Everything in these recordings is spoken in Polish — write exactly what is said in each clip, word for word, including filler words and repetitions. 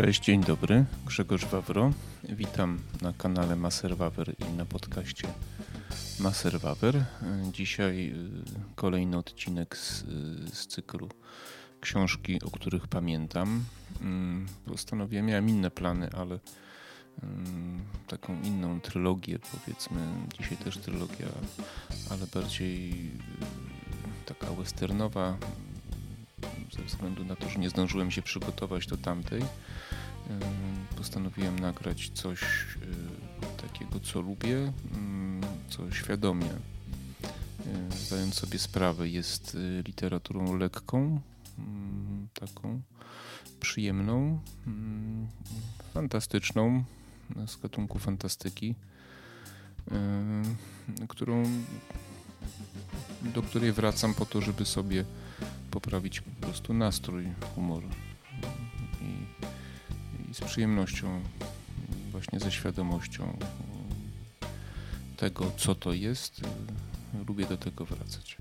Cześć, dzień dobry, Grzegorz Wawro. Witam na kanale Maser Wawer i na podcaście Maser Wawer. Dzisiaj kolejny odcinek z, z cyklu książki, o których pamiętam. Postanowiłem, miałem inne plany, ale taką inną trylogię, powiedzmy. Dzisiaj też trylogia, ale bardziej taka westernowa. Ze względu na to, że nie zdążyłem się przygotować do tamtej, postanowiłem nagrać coś takiego, co lubię, co świadomie, zdając sobie sprawę, jest literaturą lekką, taką przyjemną, fantastyczną, z gatunku fantastyki, którą, do której wracam po to, żeby sobie poprawić po prostu nastrój, humor i, i z przyjemnością, właśnie ze świadomością tego, co to jest. Lubię do tego wracać.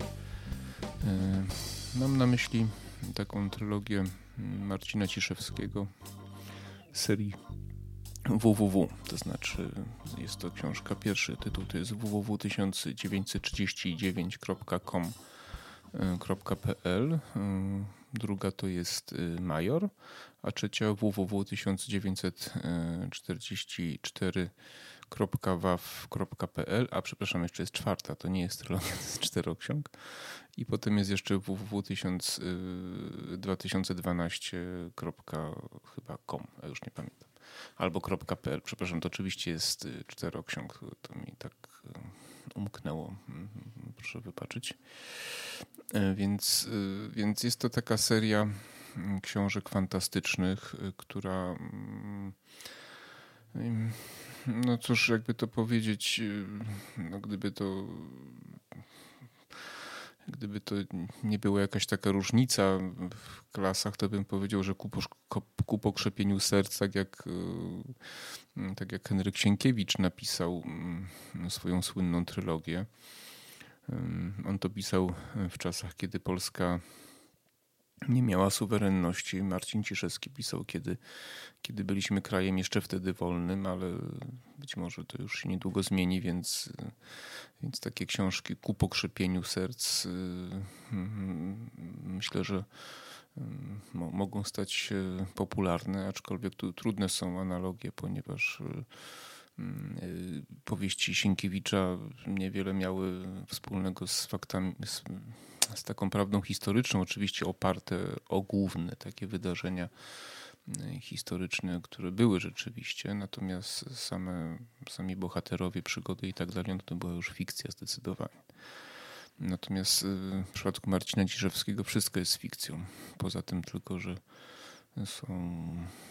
Mam na myśli taką trylogię Marcina Ciszewskiego serii www, to znaczy jest to książka, pierwszy tytuł to jest www tysiąc dziewięćset trzydzieści dziewięć kropka com kropka p l, druga to jest Major, a trzecia www tysiąc dziewięćset czterdzieści cztery kropka w a w kropka p l, a przepraszam, jeszcze jest czwarta, to nie jest trylogia, to jest czteroksiąg. I potem jest jeszcze www dwa tysiące dwanaście kropka com, a już nie pamiętam, albo .pl, przepraszam, to oczywiście jest czteroksiąg, to mi tak umknęło, proszę wybaczyć. Więc, więc jest to taka seria książek fantastycznych, która, no cóż, jakby to powiedzieć, no gdyby to gdyby to nie była jakaś taka różnica w klasach, to bym powiedział, że ku, po, ku pokrzepieniu serc, tak jak, tak jak Henryk Sienkiewicz napisał swoją słynną trylogię. On to pisał w czasach, kiedy Polska nie miała suwerenności. Marcin Ciszewski pisał, kiedy, kiedy byliśmy krajem jeszcze wtedy wolnym, ale być może to już się niedługo zmieni, więc, więc takie książki ku pokrzepieniu serc myślę, że mogą stać się popularne, aczkolwiek tu trudne są analogie, ponieważ powieści Sienkiewicza niewiele miały wspólnego z faktami, z, z taką prawdą historyczną, oczywiście oparte o główne takie wydarzenia historyczne, które były rzeczywiście, natomiast same, sami bohaterowie, przygody i tak dalej, to była już fikcja zdecydowanie. Natomiast w przypadku Marcina Ciszewskiego wszystko jest fikcją, poza tym tylko, że są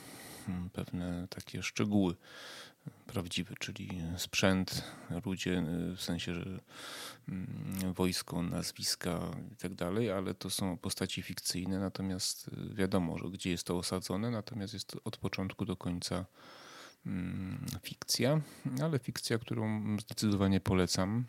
pewne takie szczegóły prawdziwy, czyli sprzęt, ludzie, w sensie, że wojsko, nazwiska i tak dalej, ale to są postaci fikcyjne, natomiast wiadomo, że gdzie jest to osadzone, natomiast jest to od początku do końca fikcja, ale fikcja, którą zdecydowanie polecam,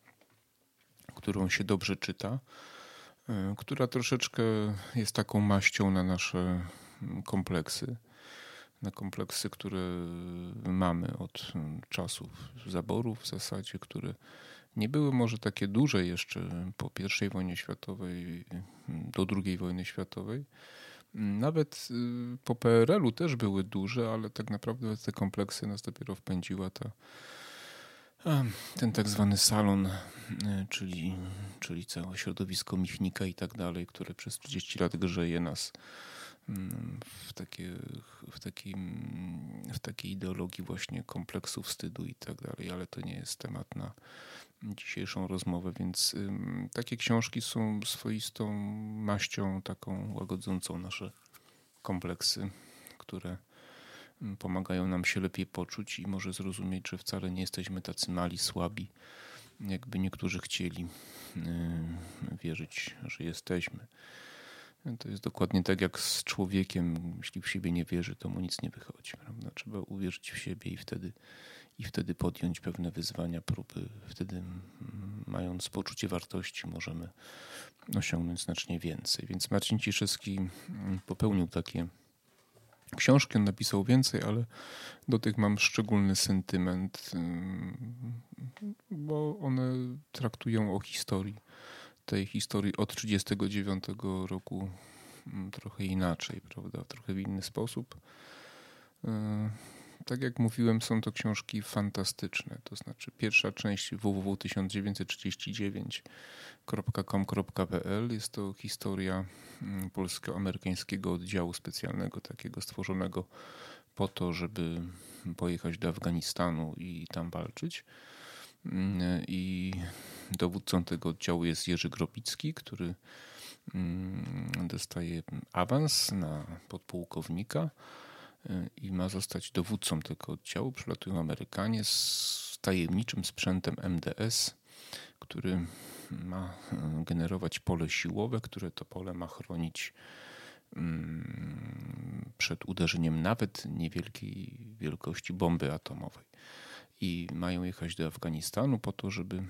którą się dobrze czyta, która troszeczkę jest taką maścią na nasze kompleksy, na kompleksy, które mamy od czasów zaborów w zasadzie, które nie były może takie duże jeszcze po pierwszej wojnie światowej do drugiej wojny światowej. Nawet po P R L u też były duże, ale tak naprawdę te kompleksy nas dopiero wpędziła ta, ten tak zwany salon, czyli, czyli całe środowisko Michnika i tak dalej, które przez trzydzieści lat grzeje nas w, takie, w, takim, w takiej ideologii właśnie kompleksu wstydu i tak dalej, ale to nie jest temat na dzisiejszą rozmowę, więc ym, takie książki są swoistą maścią taką łagodzącą nasze kompleksy, które pomagają nam się lepiej poczuć i może zrozumieć, że wcale nie jesteśmy tacy mali, słabi, jakby niektórzy chcieli yy, wierzyć, że jesteśmy. To jest dokładnie tak jak z człowiekiem. Jeśli w siebie nie wierzy, to mu nic nie wychodzi, prawda? Trzeba uwierzyć w siebie i wtedy, i wtedy podjąć pewne wyzwania, próby. Wtedy, mając poczucie wartości, możemy osiągnąć znacznie więcej. Więc Marcin Ciszewski popełnił takie książki. On napisał więcej, ale do tych mam szczególny sentyment, bo one traktują o historii. Tej historii od trzydziestego dziewiątego roku trochę inaczej, prawda? Trochę w inny sposób. Tak jak mówiłem, są to książki fantastyczne. To znaczy pierwsza część w w w tysiąc dziewięćset trzydzieści dziewięć kropka com kropka p l jest to historia polsko-amerykańskiego oddziału specjalnego, takiego stworzonego po to, żeby pojechać do Afganistanu i tam walczyć. I dowódcą tego oddziału jest Jerzy Grobicki, który dostaje awans na podpułkownika i ma zostać dowódcą tego oddziału. Przylatują Amerykanie z tajemniczym sprzętem M D S, który ma generować pole siłowe, które to pole ma chronić przed uderzeniem nawet niewielkiej wielkości bomby atomowej. I mają jechać do Afganistanu po to, żeby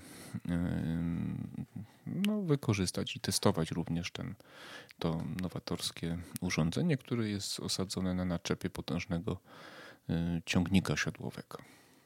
no, wykorzystać i testować również ten, to nowatorskie urządzenie, które jest osadzone na naczepie potężnego ciągnika siodłowego.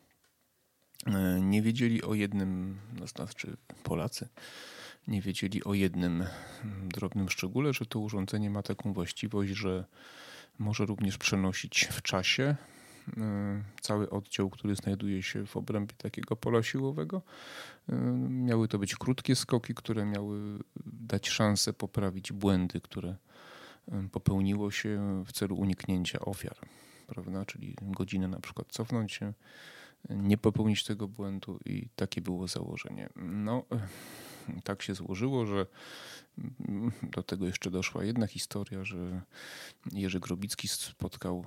Nie wiedzieli o jednym, no, znaczy Polacy, nie wiedzieli o jednym drobnym szczególe, że to urządzenie ma taką właściwość, że może również przenosić w czasie cały oddział, który znajduje się w obrębie takiego pola siłowego. Miały to być krótkie skoki, które miały dać szansę poprawić błędy, które popełniło się w celu uniknięcia ofiar, prawda? Czyli godzinę na przykład cofnąć się, nie popełnić tego błędu i takie było założenie. No, tak się złożyło, że do tego jeszcze doszła jedna historia, że Jerzy Grobicki spotkał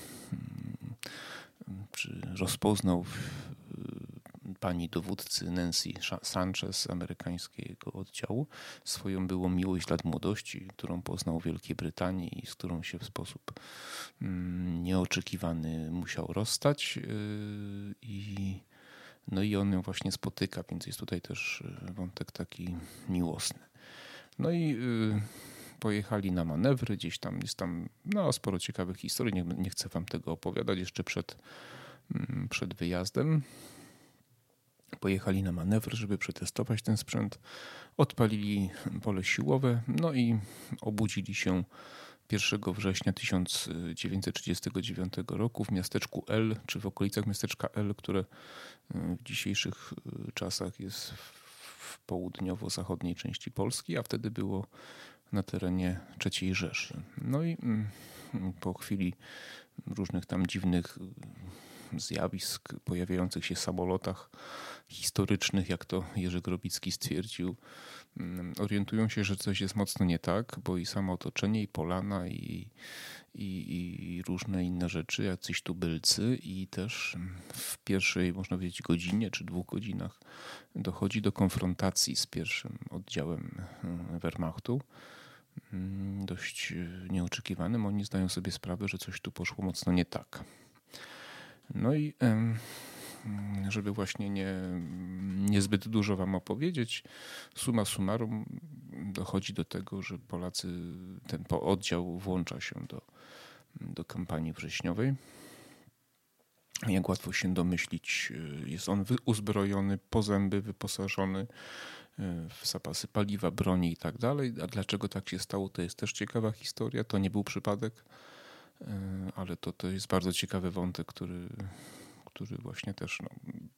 czy rozpoznał pani dowódcy Nancy Sanchez z amerykańskiego oddziału swoją byłą miłość lat młodości, którą poznał w Wielkiej Brytanii i z którą się w sposób nieoczekiwany musiał rozstać. I, no i on ją właśnie spotyka, więc jest tutaj też wątek taki miłosny. No i pojechali na manewry, gdzieś tam jest tam no, sporo ciekawych historii, nie, nie chcę wam tego opowiadać jeszcze przed, przed wyjazdem. Pojechali na manewr, żeby przetestować ten sprzęt, odpalili pole siłowe, no i obudzili się pierwszego września tysiąc dziewięćset trzydziestego dziewiątego roku w miasteczku El, czy w okolicach miasteczka El, które w dzisiejszych czasach jest w południowo-zachodniej części Polski, a wtedy było na terenie trzeciej Rzeszy. No i po chwili różnych tam dziwnych zjawisk pojawiających się w samolotach historycznych, jak to Jerzy Grobicki stwierdził, orientują się, że coś jest mocno nie tak, bo i samo otoczenie, i polana, i, i, i różne inne rzeczy, jacyś tubylcy, i też w pierwszej, można powiedzieć, godzinie czy dwóch godzinach dochodzi do konfrontacji z pierwszym oddziałem Wehrmachtu. Dość nieoczekiwanym. Oni zdają sobie sprawę, że coś tu poszło mocno nie tak. No i żeby właśnie nie, niezbyt dużo wam opowiedzieć, summa summarum dochodzi do tego, że Polacy, ten oddział włącza się do, do kampanii wrześniowej. Jak łatwo się domyślić, jest on uzbrojony po zęby, wyposażony w zapasy paliwa, broni i tak dalej. A dlaczego tak się stało, to jest też ciekawa historia. To nie był przypadek, ale to, to jest bardzo ciekawy wątek, który, który właśnie też no,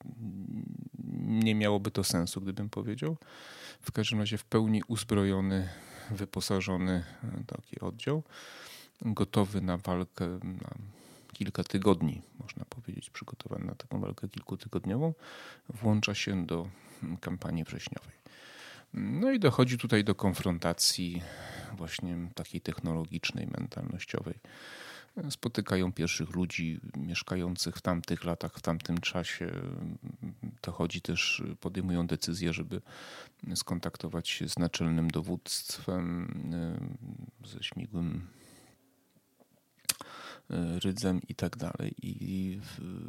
nie miałoby to sensu, gdybym powiedział. W każdym razie w pełni uzbrojony, wyposażony taki oddział, gotowy na walkę na kilka tygodni, można powiedzieć, przygotowany na taką walkę kilkutygodniową, włącza się do kampanii wrześniowej. No i dochodzi tutaj do konfrontacji właśnie takiej technologicznej, mentalnościowej. Spotykają pierwszych ludzi mieszkających w tamtych latach, w tamtym czasie. Dochodzi też, podejmują decyzję, żeby skontaktować się z naczelnym dowództwem, ze śmigłym Rydzem i tak dalej. I,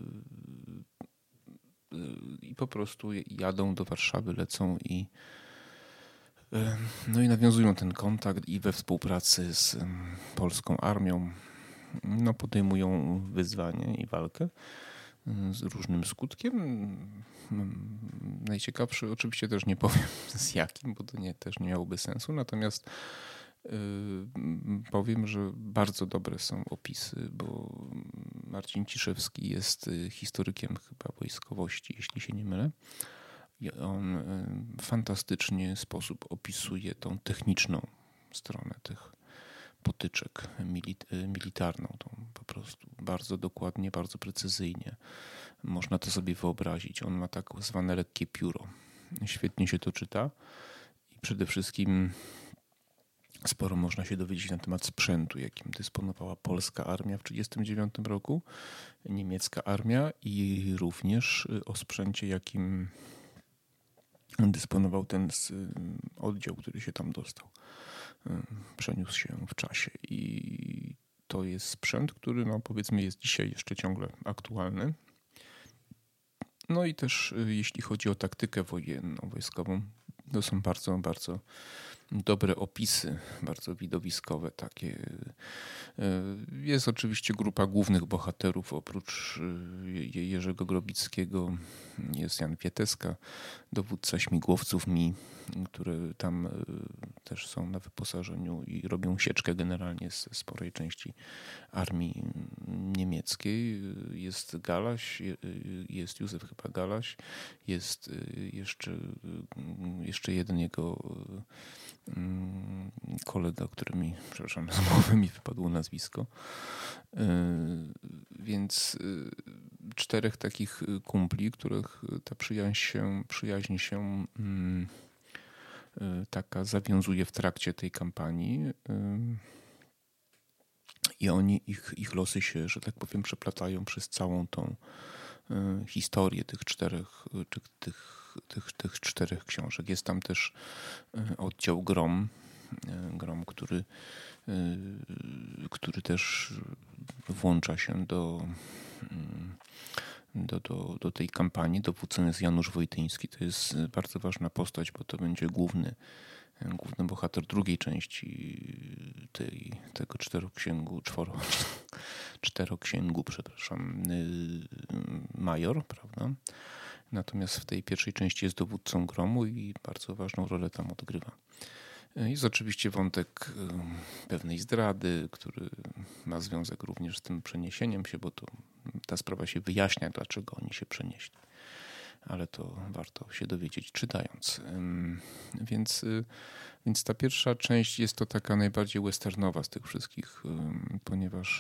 i po prostu jadą do Warszawy, lecą i no i nawiązują ten kontakt i we współpracy z polską armią no, podejmują wyzwanie i walkę z różnym skutkiem. Najciekawszy oczywiście też nie powiem z jakim, bo to nie, też nie miałoby sensu, natomiast yy, powiem, że bardzo dobre są opisy, bo Marcin Ciszewski jest historykiem chyba wojskowości, jeśli się nie mylę. I on w fantastyczny sposób opisuje tą techniczną stronę tych potyczek, milit- militarną, tą po prostu bardzo dokładnie, bardzo precyzyjnie. Można to sobie wyobrazić. On ma tak zwane lekkie pióro. Świetnie się to czyta i przede wszystkim sporo można się dowiedzieć na temat sprzętu, jakim dysponowała polska armia w tysiąc dziewięćset trzydziestym dziewiątym roku, niemiecka armia i również o sprzęcie, jakim dysponował ten oddział, który się tam dostał. Przeniósł się w czasie i to jest sprzęt, który no powiedzmy jest dzisiaj jeszcze ciągle aktualny. No i też jeśli chodzi o taktykę wojenną, wojskową, to są bardzo, bardzo dobre opisy, bardzo widowiskowe takie. Jest oczywiście grupa głównych bohaterów, oprócz Jerzego Grobickiego jest Jan Wieteska, dowódca śmigłowców M I, które tam też są na wyposażeniu i robią sieczkę generalnie z sporej części armii niemieckiej. Jest Galaś, jest Józef chyba Galaś, jest jeszcze, jeszcze jeden jego kolega, który mi, przepraszam, z głowy mi wypadło nazwisko. Więc czterech takich kumpli, których ta przyjaźń się, przyjaźń się taka zawiązuje w trakcie tej kampanii i oni, ich, ich losy się, że tak powiem, przeplatają przez całą tą historię tych czterech, czy tych, tych, tych czterech książek. Jest tam też oddział Grom, Grom, który, który też włącza się do, do, do, do tej kampanii. Dowódcą jest Janusz Wojtyński. To jest bardzo ważna postać, bo to będzie główny, główny bohater drugiej części tej, tego czteroksięgu, czworo, czteroksięgu, przepraszam, major, prawda? Natomiast w tej pierwszej części jest dowódcą Gromu i bardzo ważną rolę tam odgrywa. Jest oczywiście wątek pewnej zdrady, który ma związek również z tym przeniesieniem się, bo to ta sprawa się wyjaśnia, dlaczego oni się przenieśli. Ale to warto się dowiedzieć czytając. Więc, więc ta pierwsza część jest to taka najbardziej westernowa z tych wszystkich, ponieważ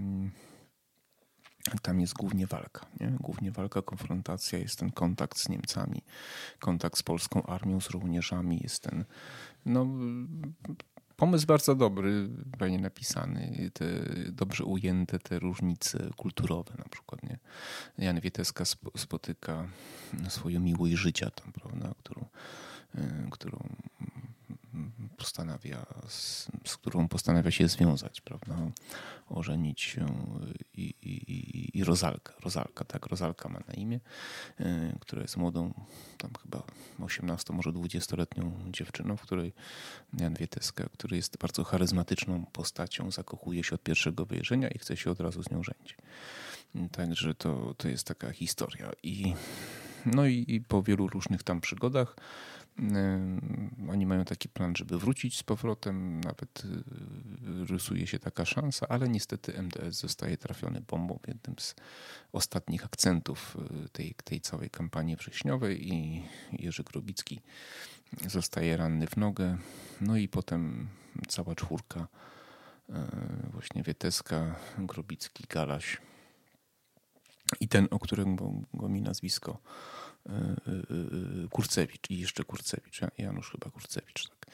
tam jest głównie walka. Nie? Głównie walka, konfrontacja, jest ten kontakt z Niemcami, kontakt z polską armią, z żołnierzami, jest ten no, pomysł bardzo dobry, fajnie napisany, te dobrze ujęte te różnice kulturowe na przykład. Nie? Jan Wieteska spotyka swoją miłość życia tam, prawda, którą, którą postanawia, z, z którą postanawia się związać, prawda, ożenić się i, i, i Rozalka, Rozalka, tak, Rozalka ma na imię, która jest młodą, tam chyba osiemnasto, może dwudziestoletnią dziewczyną, w której Jan Wieteska, który jest bardzo charyzmatyczną postacią, zakochuje się od pierwszego wejrzenia i chce się od razu z nią żenić. Także to, to jest taka historia. I, no i, i po wielu różnych tam przygodach oni mają taki plan, żeby wrócić z powrotem, nawet rysuje się taka szansa, ale niestety M D S zostaje trafiony bombą w jednym z ostatnich akcentów tej, tej całej kampanii wrześniowej i Jerzy Grobicki zostaje ranny w nogę. No i potem cała czwórka, właśnie Wieteska, Grobicki, Galaś i ten, o którym go mi nazwisko, Kurcewicz i jeszcze Kurcewicz, Janusz chyba Kurcewicz, tak.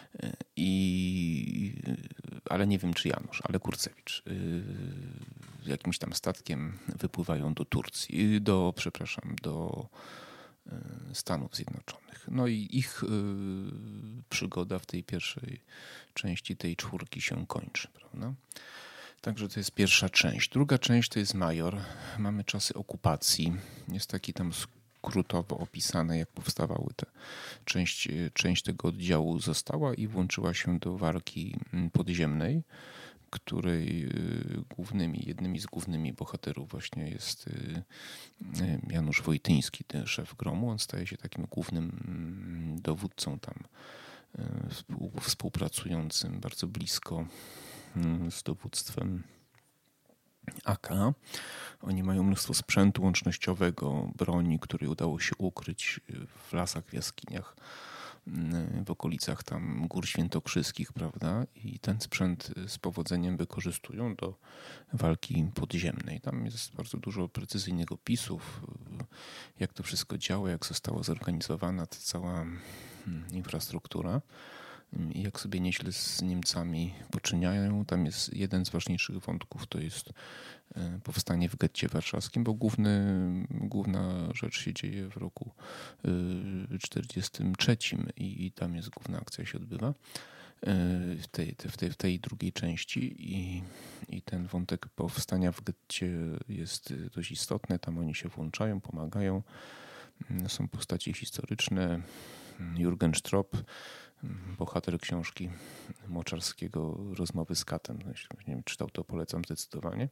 I, ale nie wiem czy Janusz, ale Kurcewicz jakimś tam statkiem wypływają do Turcji, do, przepraszam, do Stanów Zjednoczonych. No i ich przygoda w tej pierwszej części tej czwórki się kończy, prawda? Także to jest pierwsza część. Druga część to jest Major. Mamy czasy okupacji. Jest taki tam skrótowo opisane, jak powstawały te. Część, część tego oddziału została i włączyła się do walki podziemnej, której głównymi, jednymi z głównymi bohaterów właśnie jest Janusz Wojtyński, ten szef Gromu. On staje się takim głównym dowódcą tam, współpracującym bardzo blisko z dowództwem A K. Oni mają mnóstwo sprzętu łącznościowego, broni, której udało się ukryć w lasach, w jaskiniach, w okolicach tam Gór Świętokrzyskich, prawda? I ten sprzęt z powodzeniem wykorzystują do walki podziemnej. Tam jest bardzo dużo precyzyjnych opisów, jak to wszystko działa, jak została zorganizowana ta cała infrastruktura i jak sobie nieźle z Niemcami poczyniają. Tam jest jeden z ważniejszych wątków, to jest powstanie w getcie warszawskim, bo główny, główna rzecz się dzieje w roku czterdziestym trzecim i, i tam jest główna akcja się odbywa w tej, w tej, w tej drugiej części i, i ten wątek powstania w getcie jest dość istotny. Tam oni się włączają, pomagają. Są postacie historyczne. Jurgen Stroop, bohater książki Moczarskiego Rozmowy z katem. Nie wiem, czytał, to polecam zdecydowanie.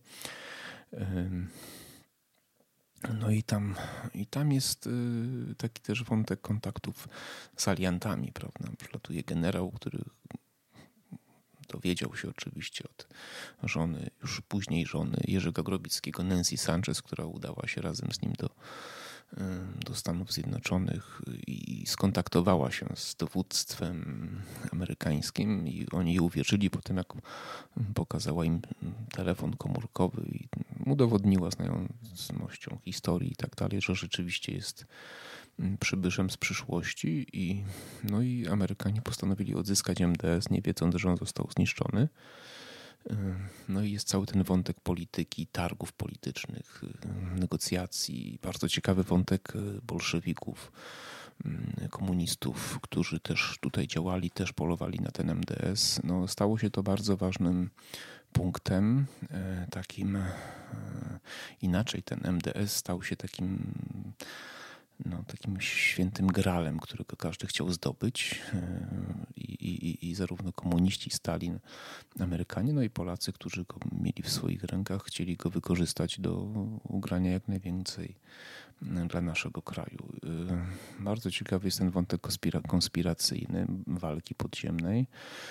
No i tam, i tam jest taki też wątek kontaktów z aliantami, prawda? Przylatuje generał, który dowiedział się oczywiście od żony, już później żony Jerzego Grobickiego, Nancy Sanchez, która udała się razem z nim do do Stanów Zjednoczonych i skontaktowała się z dowództwem amerykańskim i oni jej uwierzyli po tym, jak pokazała im telefon komórkowy i udowodniła znajomością historii i tak dalej, że rzeczywiście jest przybyszem z przyszłości i, no i Amerykanie postanowili odzyskać M D S, nie wiedząc, że on został zniszczony. No i jest cały ten wątek polityki, targów politycznych, negocjacji. Bardzo ciekawy wątek bolszewików, komunistów, którzy też tutaj działali, też polowali na ten M D S. No, stało się to bardzo ważnym punktem, takim inaczej ten M D S stał się takim no, takim świętym gralem, którego każdy chciał zdobyć I, i, i zarówno komuniści, Stalin, Amerykanie, no i Polacy, którzy go mieli w swoich rękach, chcieli go wykorzystać do ugrania jak najwięcej dla naszego kraju. Bardzo ciekawy jest ten wątek konspira- konspiracyjny, walki podziemnej,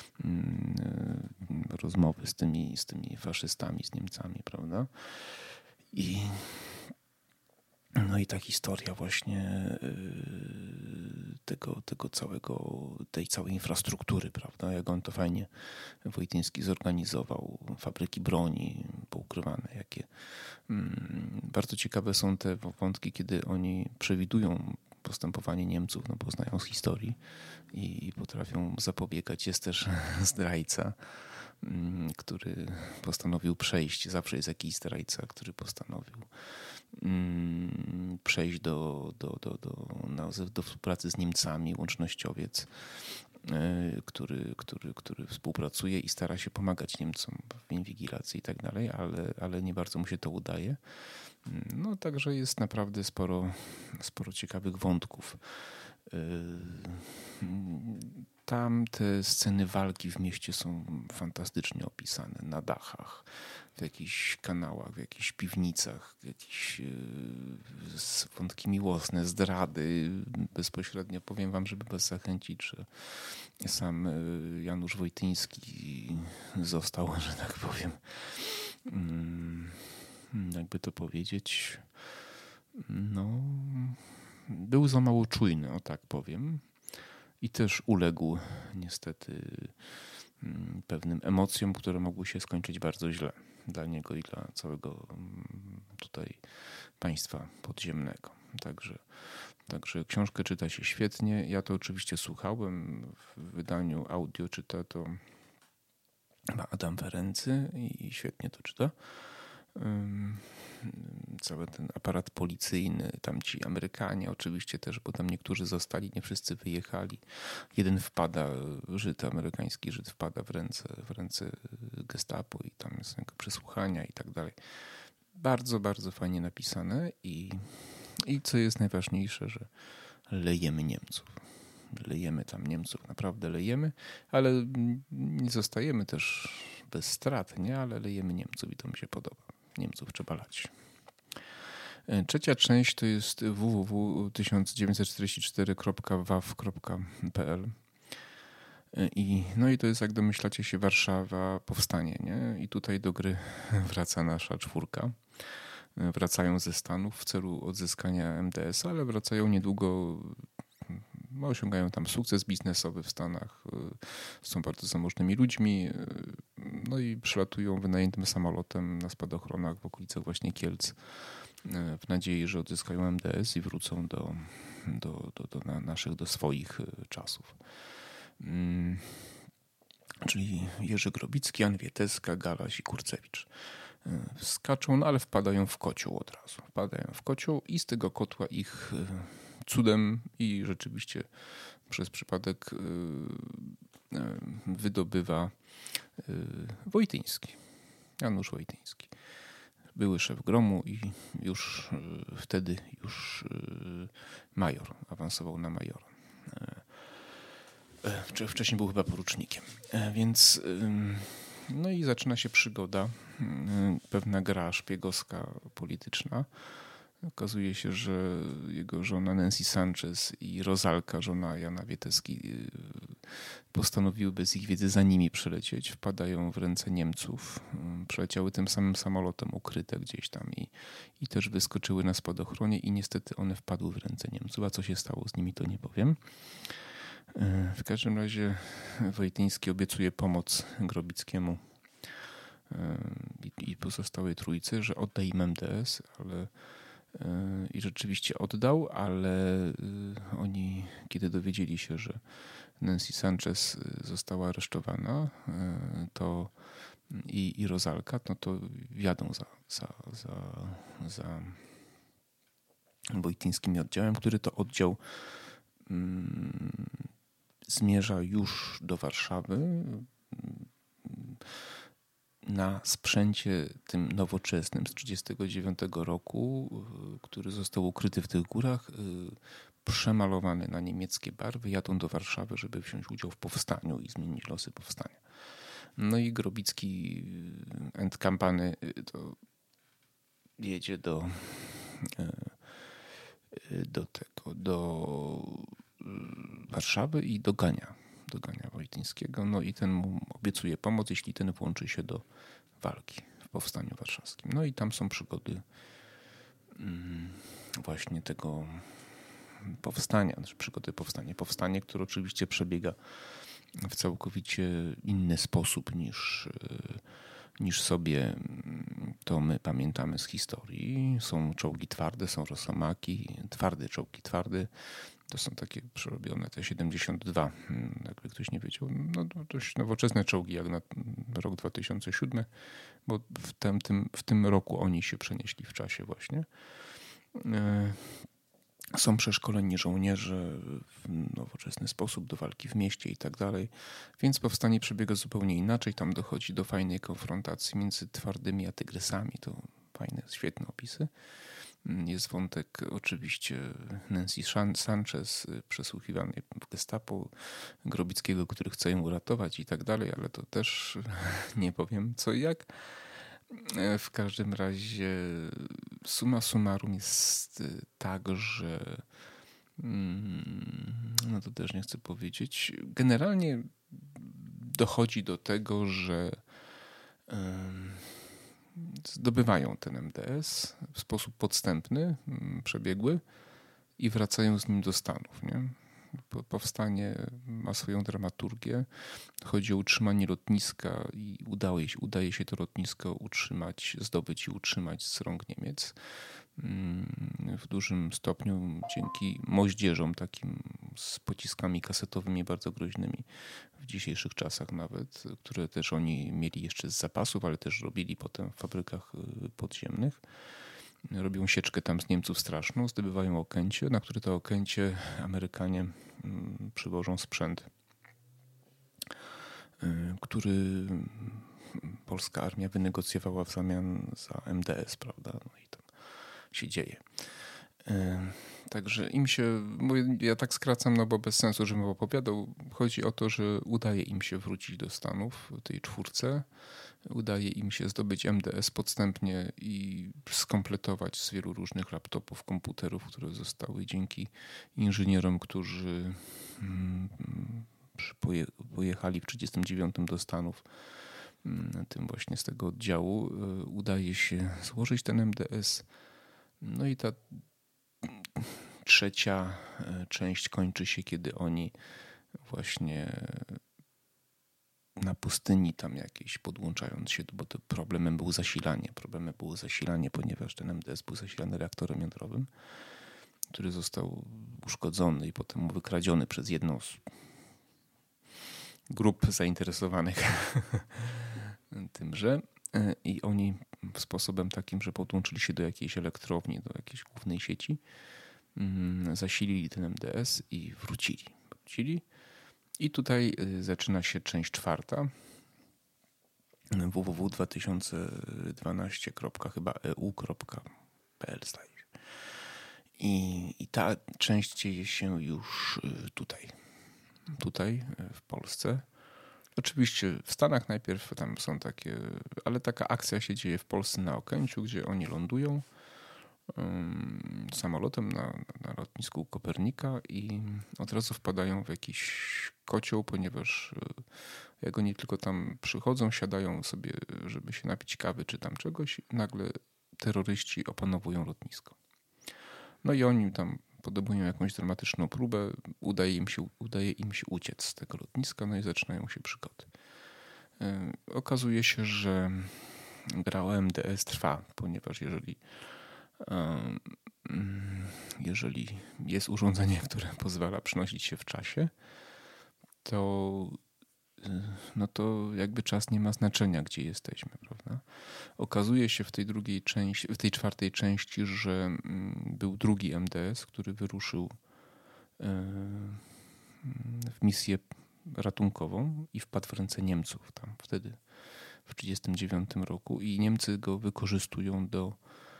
rozmowy z tymi, z tymi faszystami, z Niemcami, prawda? I No i ta historia właśnie tego, tego całego, tej całej infrastruktury, prawda? Jak on to fajnie Wojtyński zorganizował, fabryki broni poukrywane, jakie. Bardzo ciekawe są te wątki, kiedy oni przewidują postępowanie Niemców, no bo znają z historii i potrafią zapobiegać. Jest też zdrajca, który postanowił przejść, zawsze jest jakiś zdrajca, który postanowił przejść do, do, do, do, do, do współpracy z Niemcami, łącznościowiec, który, który, który współpracuje i stara się pomagać Niemcom w inwigilacji i tak dalej, ale, ale nie bardzo mu się to udaje. No także jest naprawdę sporo, sporo ciekawych wątków. Tam te sceny walki w mieście są fantastycznie opisane, na dachach, w jakichś kanałach, w jakichś piwnicach, jakieś wątki miłosne, zdrady. Bezpośrednio powiem wam, żeby was zachęcić, że sam Janusz Wojtyński został, że tak powiem, jakby to powiedzieć, no, był za mało czujny, o tak powiem. I też uległ niestety pewnym emocjom, które mogły się skończyć bardzo źle dla niego i dla całego tutaj państwa podziemnego. Także, także książkę czyta się świetnie. Ja to oczywiście słuchałem w wydaniu audio, czyta to Adam Ferency i świetnie to czyta. Cały ten aparat policyjny, tam ci Amerykanie oczywiście też, bo tam niektórzy zostali, nie wszyscy wyjechali. Jeden wpada, Żyd, amerykański Żyd wpada w ręce, w ręce gestapo i tam są przesłuchania i tak dalej. Bardzo, bardzo fajnie napisane i, i co jest najważniejsze, że lejemy Niemców. Lejemy tam Niemców, naprawdę lejemy, ale nie zostajemy też bez strat, nie? Ale lejemy Niemców i to mi się podoba. Niemców trzeba lać. Trzecia część to jest w w w tysiąc dziewięćset czterdzieści cztery kropka w a w kropka p l. I, no i to jest, jak domyślacie się, Warszawa powstanie, nie? I tutaj do gry wraca nasza czwórka. Wracają ze Stanów w celu odzyskania M D S, ale wracają niedługo, osiągają tam sukces biznesowy w Stanach, są bardzo zamożnymi ludźmi, no i przylatują wynajętym samolotem na spadochronach w okolicach właśnie Kielc w nadziei, że odzyskają M D S i wrócą do, do, do, do na naszych, do swoich czasów. Hmm. Czyli Jerzy Grobicki, Jan Wieteska, Galaś i Kurcewicz. Skaczą, no ale wpadają w kocioł od razu. Wpadają w kocioł i z tego kotła ich cudem i rzeczywiście przez przypadek wydobywa Wojtyński. Janusz Wojtyński. Były szef Gromu i już wtedy już major. Awansował na majora. Wcześniej był chyba porucznikiem. Więc no i zaczyna się przygoda, pewna gra szpiegowska polityczna. Okazuje się, że jego żona Nancy Sanchez i Rozalka, żona Jana Wieteski, postanowiły bez ich wiedzy za nimi przylecieć. Wpadają w ręce Niemców. Przeleciały tym samym samolotem ukryte gdzieś tam i, i też wyskoczyły na spadochronie i niestety one wpadły w ręce Niemców. A co się stało z nimi, to nie powiem. W każdym razie Wojtyński obiecuje pomoc Grobickiemu i, i pozostałej trójcy, że odda im M D S, ale i rzeczywiście oddał, ale oni, kiedy dowiedzieli się, że Nancy Sanchez została aresztowana, to i, i Rozalka, no to jadą za, za, za, za Wojtyńskim oddziałem, który to oddział mm, zmierza już do Warszawy na sprzęcie tym nowoczesnym z tysiąc dziewięćset trzydziestego dziewiątego roku, który został ukryty w tych górach, przemalowany na niemieckie barwy, jadą do Warszawy, żeby wziąć udział w powstaniu i zmienić losy powstania. No i Grobicki and Company to jedzie do do tego, do Warszawy i dogania, dogania Wojtyńskiego. No i ten mu obiecuje pomoc, jeśli ten włączy się do walki w powstaniu warszawskim. No i tam są przygody właśnie tego powstania, znaczy przygody powstania. Powstanie, które oczywiście przebiega w całkowicie inny sposób niż, niż sobie to my pamiętamy z historii. Są czołgi twarde, są rosamaki, twardy czołgi twardy. To są takie przerobione T siedemdziesiąt dwa, jakby ktoś nie wiedział. No, dość nowoczesne czołgi jak na rok dwa tysiące siódmy, bo w tym, tym, w tym roku oni się przenieśli w czasie właśnie. Są przeszkoleni żołnierze w nowoczesny sposób do walki w mieście i tak dalej, więc powstanie przebiega zupełnie inaczej. Tam dochodzi do fajnej konfrontacji między twardymi a tygrysami. To fajne, świetne opisy. Jest wątek oczywiście Nancy Sanchez przesłuchiwanej w Gestapo, Grobickiego, który chce ją uratować i tak dalej, ale to też nie powiem co i jak. W każdym razie summa summarum jest tak, że no to też nie chcę powiedzieć. Generalnie dochodzi do tego, że zdobywają ten M D S w sposób podstępny, przebiegły i wracają z nim do Stanów. Nie? Powstanie ma swoją dramaturgię. Chodzi o utrzymanie lotniska i udaje się, udaje się to lotnisko utrzymać, zdobyć i utrzymać z rąk Niemiec. W dużym stopniu dzięki moździerzom takim z pociskami kasetowymi bardzo groźnymi w dzisiejszych czasach nawet, które też oni mieli jeszcze z zapasów, ale też robili potem w fabrykach podziemnych. Robią sieczkę tam z Niemców straszną, zdobywają Okęcie, na które to Okęcie Amerykanie przywożą sprzęt, który polska armia wynegocjowała w zamian za M D S, prawda? No i tam się dzieje. Także im się, ja tak skracam, no bo bez sensu, żebym opowiadał. Chodzi o to, że udaje im się wrócić do Stanów, tej czwórce. Udaje im się zdobyć M D S podstępnie i skompletować z wielu różnych laptopów, komputerów, które zostały dzięki inżynierom, którzy pojechali w trzydziestym dziewiątym do Stanów, tym właśnie z tego oddziału. Udaje się złożyć ten M D S. No i ta trzecia część kończy się, kiedy oni właśnie na pustyni tam jakieś podłączając się, bo to problemem było zasilanie. Problemem było zasilanie, ponieważ ten M D S był zasilany reaktorem jądrowym, który został uszkodzony i potem wykradziony przez jedną z grup zainteresowanych tymże. I oni sposobem takim, że podłączyli się do jakiejś elektrowni, do jakiejś głównej sieci, zasilili ten M D S i wrócili. wrócili. I tutaj zaczyna się część czwarta. w w w dwa tysiące dwanaście e u kropka p l zdaje się. I, I ta część dzieje się już tutaj. Tutaj w Polsce. Oczywiście w Stanach najpierw tam są takie, ale taka akcja się dzieje w Polsce na Okęciu, gdzie oni lądują um, samolotem na, na lotnisku Kopernika i od razu wpadają w jakiś kocioł, ponieważ jak oni tylko tam przychodzą, siadają sobie, żeby się napić kawy czy tam czegoś, nagle terroryści opanowują lotnisko. No i oni tam podejmują jakąś dramatyczną próbę, udaje im się, udaje im się uciec z tego lotniska, no i zaczynają się przygody. Yy, okazuje się, że gra o M D S trwa, ponieważ jeżeli, yy, jeżeli jest urządzenie, które pozwala przenosić się w czasie, to no to jakby czas nie ma znaczenia, gdzie jesteśmy, prawda? Okazuje się w tej drugiej części, w tej czwartej części, że był drugi M D S, który wyruszył w misję ratunkową i wpadł w ręce Niemców tam wtedy w tysiąc dziewięćset trzydziestym dziewiątym roku i Niemcy go wykorzystują do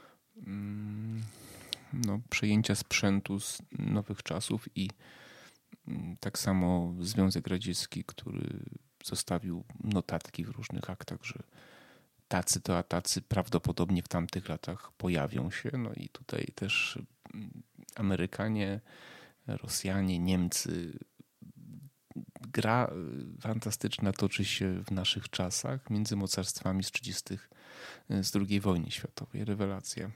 no, przejęcia sprzętu z nowych czasów i tak samo Związek Radziecki, który zostawił notatki w różnych aktach, że tacy to a tacy prawdopodobnie w tamtych latach pojawią się. No i tutaj też Amerykanie, Rosjanie, Niemcy. Gra fantastyczna toczy się w naszych czasach między mocarstwami z trzydziestych z drugiej wojny światowej. Rewelacja.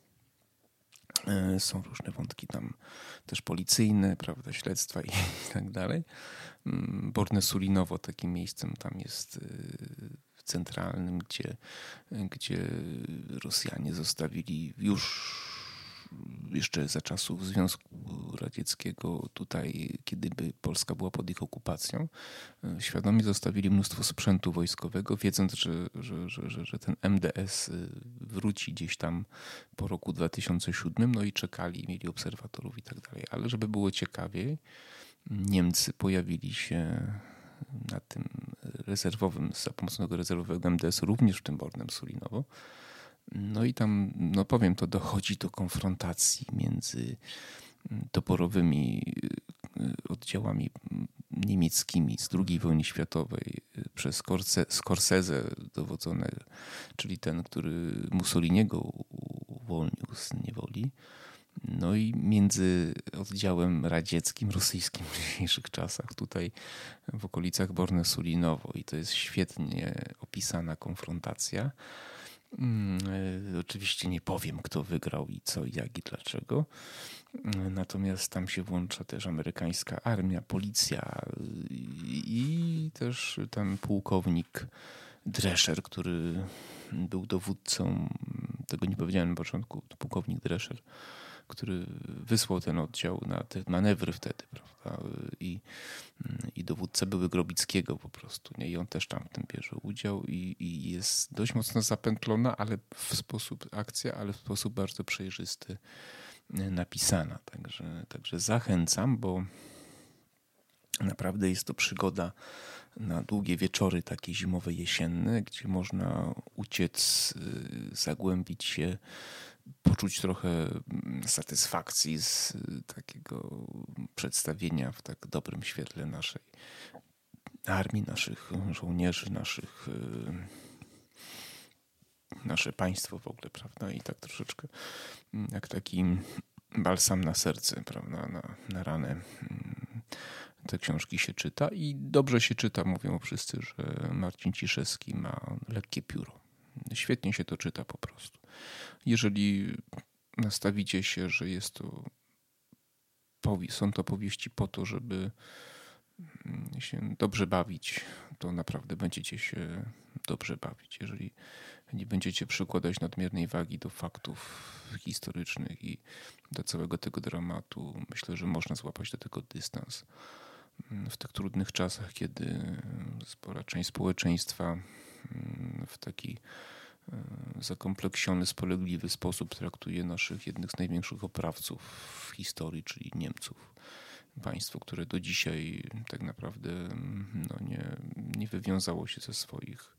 Są różne wątki tam też policyjne, prawda, śledztwa i tak dalej. Borne-Sulinowo takim miejscem tam jest centralnym, gdzie, gdzie Rosjanie zostawili już jeszcze za czasów Związku Radzieckiego tutaj, kiedy by Polska była pod ich okupacją, świadomie zostawili mnóstwo sprzętu wojskowego, wiedząc, że, że, że, że, że ten M D S wróci gdzieś tam po roku dwa tysiące siódmym, no i czekali, mieli obserwatorów i tak dalej. Ale żeby było ciekawiej, Niemcy pojawili się na tym rezerwowym, za pomocą tego rezerwowego M D S również w tym Bornem-Sulinowo. No i tam, no powiem, to dochodzi do konfrontacji między toporowymi oddziałami niemieckimi z drugiej wojny światowej przez Scorsese dowodzone, czyli ten, który Mussoliniego uwolnił z niewoli. No i między oddziałem radzieckim, rosyjskim w dzisiejszych czasach, tutaj w okolicach Borne-Sulinowo. I to jest świetnie opisana konfrontacja. Hmm, oczywiście nie powiem, kto wygrał i co, i jak i dlaczego. Natomiast tam się włącza też amerykańska armia, policja i też tam pułkownik Drescher, który był dowódcą, tego nie powiedziałem na początku, to pułkownik Drescher, który wysłał ten oddział na te manewry wtedy, prawda? I, i dowódca były Grobickiego po prostu, nie? I on też tam w tym bierze udział i, i jest dość mocno zapętlona, ale w sposób, akcja, ale w sposób bardzo przejrzysty napisana. Także, także zachęcam, bo naprawdę jest to przygoda na długie wieczory takie zimowe, jesienne, gdzie można uciec, zagłębić się poczuć trochę satysfakcji z takiego przedstawienia w tak dobrym świetle naszej armii, naszych żołnierzy, naszych, nasze państwo w ogóle, prawda? I tak troszeczkę jak taki balsam na serce, prawda? Na, na ranę. Te książki się czyta i dobrze się czyta, mówią wszyscy, że Marcin Ciszewski ma lekkie pióro. Świetnie się to czyta po prostu. Jeżeli nastawicie się, że jest to są to powieści po to, żeby się dobrze bawić, to naprawdę będziecie się dobrze bawić. Jeżeli nie będziecie przykładać nadmiernej wagi do faktów historycznych i do całego tego dramatu, myślę, że można złapać do tego dystans. W tych trudnych czasach, kiedy spora część społeczeństwa w taki zakompleksiony, spolegliwy sposób traktuje naszych jednych z największych oprawców w historii, czyli Niemców. Państwo, które do dzisiaj tak naprawdę no nie, nie wywiązało się ze swoich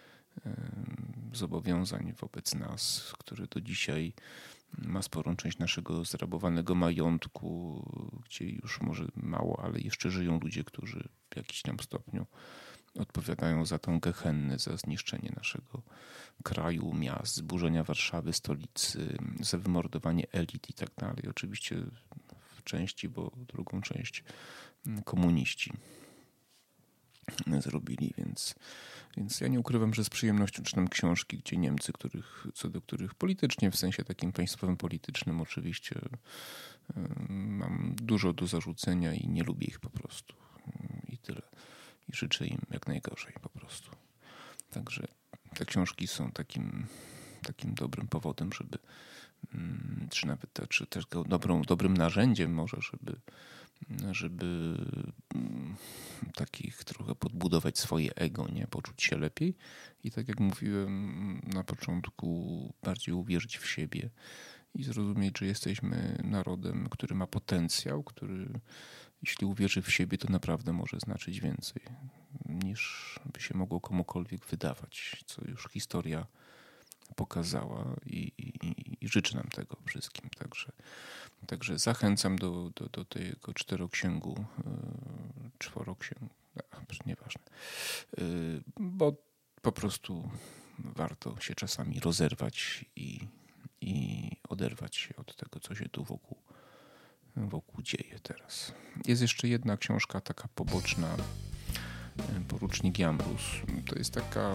zobowiązań wobec nas, które do dzisiaj ma sporą część naszego zrabowanego majątku, gdzie już może mało, ale jeszcze żyją ludzie, którzy w jakimś tam stopniu odpowiadają za tą gehennę, za zniszczenie naszego kraju, miast, zburzenia Warszawy, stolicy, za wymordowanie elit i tak dalej. Oczywiście w części, bo drugą część komuniści zrobili, więc, więc ja nie ukrywam, że z przyjemnością czytam książki, gdzie Niemcy, których, co do których politycznie, w sensie takim państwowym, politycznym oczywiście mam dużo do zarzucenia i nie lubię ich po prostu. I tyle. I życzę im jak najgorzej po prostu. Także te książki są takim, takim dobrym powodem, żeby czy nawet czy też dobrą, dobrym narzędziem może, żeby żeby takich trochę podbudować swoje ego, nie, poczuć się lepiej i tak jak mówiłem na początku, bardziej uwierzyć w siebie i zrozumieć, że jesteśmy narodem, który ma potencjał, który jeśli uwierzy w siebie, to naprawdę może znaczyć więcej niż by się mogło komukolwiek wydawać, co już historia pokazała i, i, i życzę nam tego wszystkim. Także, także zachęcam do, do, do tego czteroksięgu, czworoksięgu, nieważne, bo po prostu warto się czasami rozerwać i, i oderwać się od tego, co się tu wokół, wokół dzieje teraz. Jest jeszcze jedna książka taka poboczna, Porucznik Jamrus. To jest taka...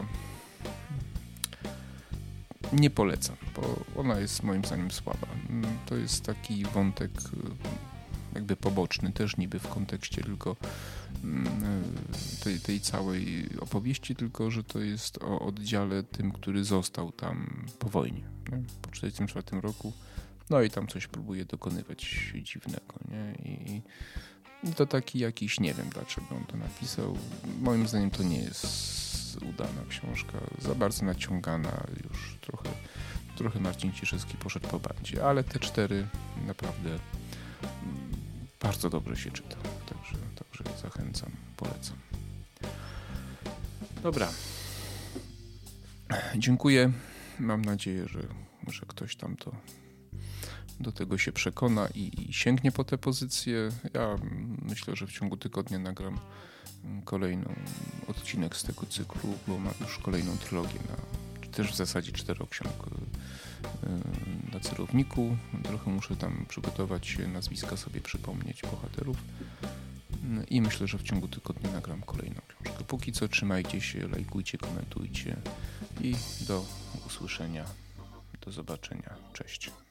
Nie polecam, bo ona jest moim zdaniem słaba. To jest taki wątek jakby poboczny, też niby w kontekście tylko tej, tej całej opowieści, tylko że to jest o oddziale tym, który został tam po wojnie, nie? Po czterdziestym czwartym roku. No i tam coś próbuje dokonywać dziwnego, nie? I to taki jakiś, nie wiem dlaczego on to napisał. Moim zdaniem to nie jest udana książka, za bardzo naciągana, już trochę, trochę Marcin Ciszewski poszedł po bandzie, ale te cztery naprawdę bardzo dobrze się czyta, także, także zachęcam, polecam. Dobra, dziękuję, mam nadzieję, że, że ktoś tam to do tego się przekona i, i sięgnie po te pozycje. Ja myślę, że w ciągu tygodnia nagram kolejną odcinek z tego cyklu, bo mam już kolejną trylogię na, też w zasadzie czteroksiąg na celowniku. Trochę muszę tam przygotować się, nazwiska sobie przypomnieć bohaterów i myślę, że w ciągu tygodnia nagram kolejną książkę. Póki co trzymajcie się, lajkujcie, komentujcie i do usłyszenia, do zobaczenia. Cześć.